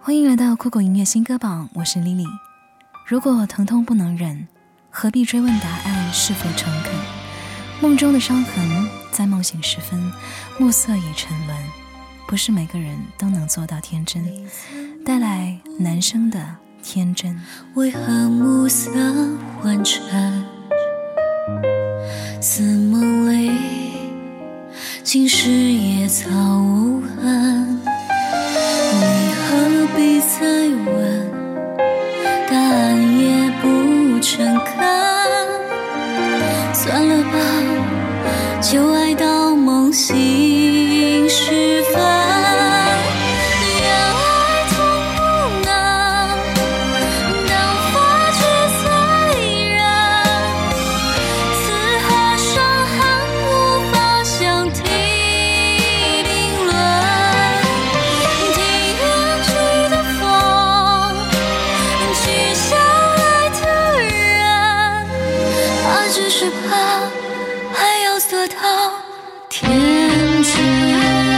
欢迎来到酷狗音乐新歌榜，我是 Lily。 如果疼痛不能忍，何必追问答案是否诚恳？梦中的伤痕，在梦醒时分，暮色已沉沦。不是每个人都能做到天真，带来男生的天真。 为何暮色昏沉，似梦里竟是野草无痕？你何必再问，答案也不诚恳。算了吧，就爱到梦醒时分。只是怕还要做到天真。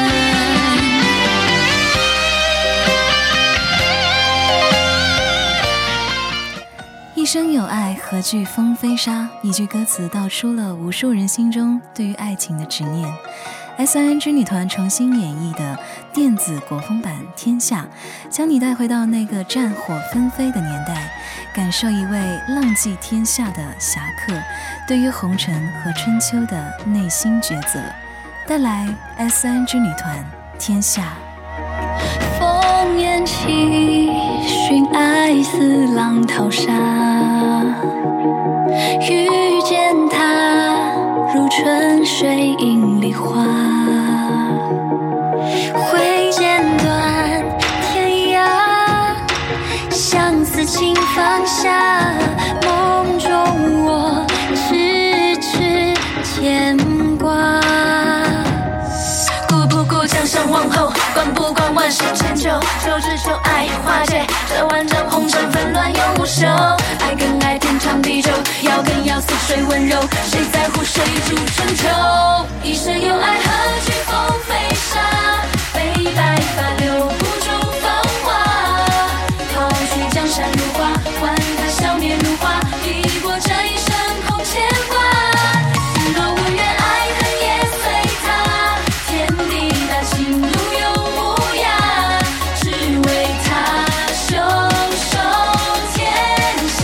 一生有爱，何惧风飞沙？一句歌词道出了无数人心中对于爱情的执念。S.I.N.G 女团重新演绎的电子国风版《天下》，将你带回到那个战火纷飞的年代，感受一位浪迹天下的侠客对于红尘和春秋的内心抉择。带来 S.I.N.G 女团《天下》。 烽烟起，寻爱似浪淘沙，遇见他如春水映梨花，挥剑断天涯，相思情放下，梦中我痴痴牵挂。顾不顾江山王后，管不管万世千秋，求只求爱化解这万丈红尘纷乱永无休。爱更爱天长地久，要更要似水温柔，谁在乎谁主春秋？一生有爱，何惧风飞沙？悲白发留不住芳华，抛去江山如画，换他消灭如花，抵过这一生空牵挂。心若无缘，爱恨也随他，天地大情路永无涯，只为他袖手天下。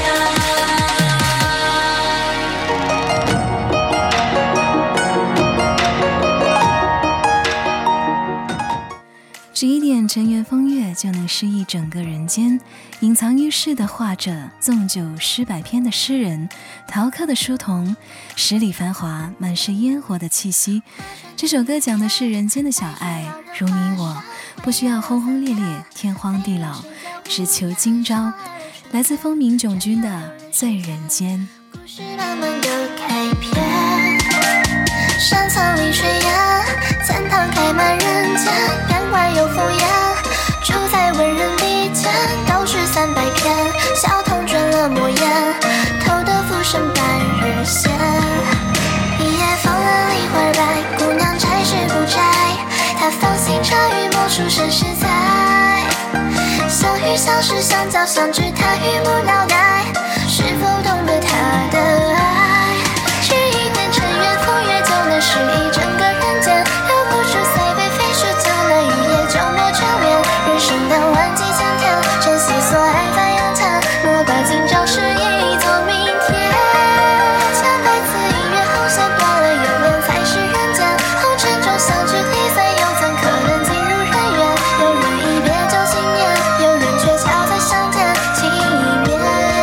只一点尘缘风月，就能诗意整个人间。隐藏于世的画者，纵酒诗百篇的诗人，陶刻的书童，十里繁华，满是烟火的气息。这首歌讲的是人间的小爱，如你我，不需要轰轰烈烈，天荒地老，只求今朝。来自风鸣囧君的《醉人间》。 故事慢慢的开篇，山草里水烟，钱塘开满人间，边关有烽烟，住在文人笔尖，道诗300篇，小童倦了墨砚，偷得浮生半日闲。一夜放了梨花白，姑娘摘是不摘，她放心茶语莫出身实在，相遇相识相交相知，她榆木脑袋，是否懂得她的爱？只一点尘缘风月，就能诗意整个人间，留不住岁月飞逝，就能一夜就磨眷恋。人生的万几千天，珍惜所爱在眼前，莫把今朝事意做明天。千百次音乐后弦断了又连，才是人间。红尘中相聚离散，又怎可能进入人缘？有人一别就经年，有人却巧再相见情面。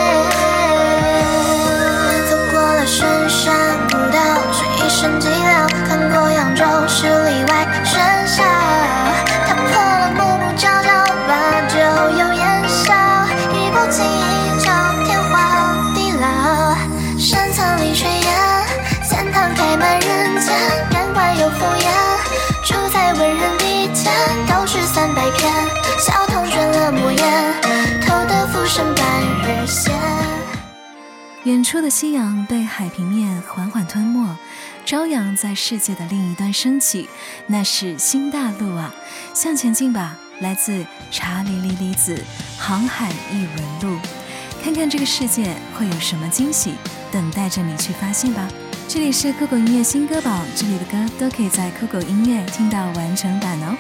走过了深山古道，是一生寂寥，看过扬州十里外喧嚣，踏破了暮暮朝朝，把酒又烟消，一步棋一招，天荒地老。山藏里水烟，钱塘开满人间，边关有烽烟，住在文人笔尖，道诗300篇，小童倦了墨砚，偷得浮生半日闲。 远处的夕阳被海平面缓缓吞没，朝阳在世界的另一端升起，那是新大陆啊！向前进吧， 来自查理莉莉子《航海异闻录》，看看这个世界会有什么惊喜等待着你去发现吧。这里是酷狗音乐新歌榜，这里的歌都可以在酷狗音乐听到完整版哦。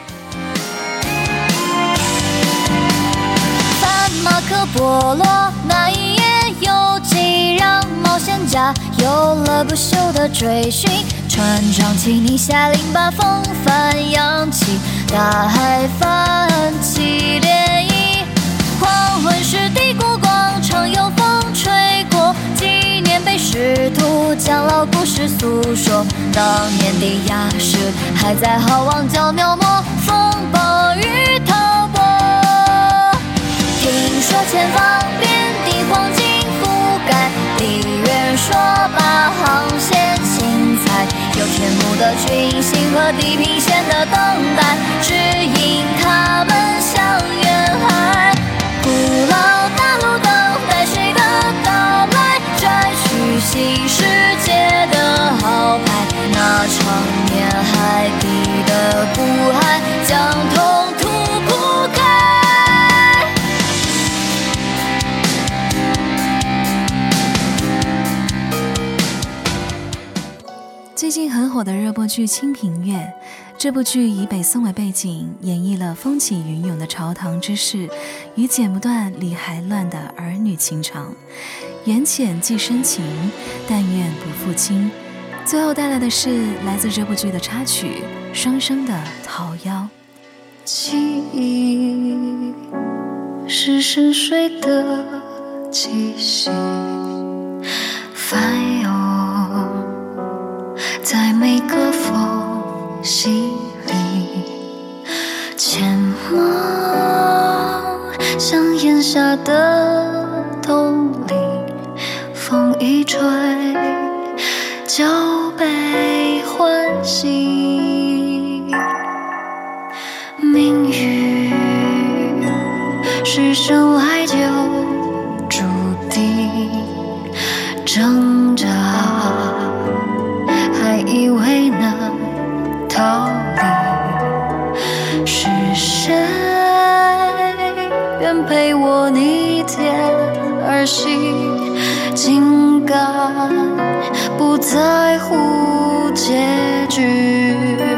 翻马可波罗那一页游记，让冒险家有了不朽的追寻。船长，请你下令把风帆扬起，大海泛起涟漪。黄昏时帝国广场有风吹过，纪念碑试图将老故事诉说。当年的亚视还在好望角描摹风暴与滔波。听说前方遍地黄金覆盖，离远说把航线精彩，有天幕的群星和地平线的等待，指引他们向远海。古老大陆等待谁的到来，摘取新世界的豪牌，那长年海底的苦海将痛土铺开。 最近很火的热播剧《清平乐》，这部剧以北宋为背景，演绎了风起云涌的朝堂之事与剪不断理还乱的儿女情长。缘浅既深情，但愿不负卿。最后带来的是来自这部剧的插曲《双生的桃夭》。 记忆是深睡的气息，翻涌在每个缝隙里，前梦像檐下的洞里，风一吹就被唤醒。命运是生来就注定，挣扎还以为能逃离，是谁愿陪我逆天而行，竟敢不在乎结局。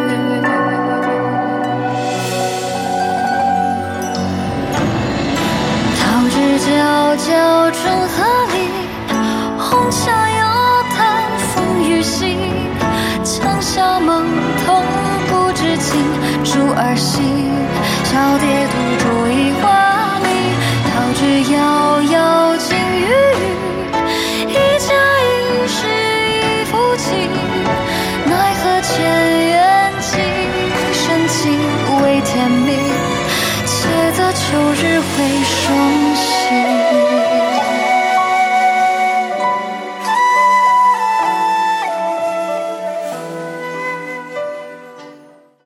桃之皎皎春河里，红霞有叹风雨息，枪下梦痛不知情，珠儿戏，小蝶独酌一花蜜。桃之夭夭金玉玉，一家一世一夫妻，奈何前缘情深情为甜蜜，且择秋日会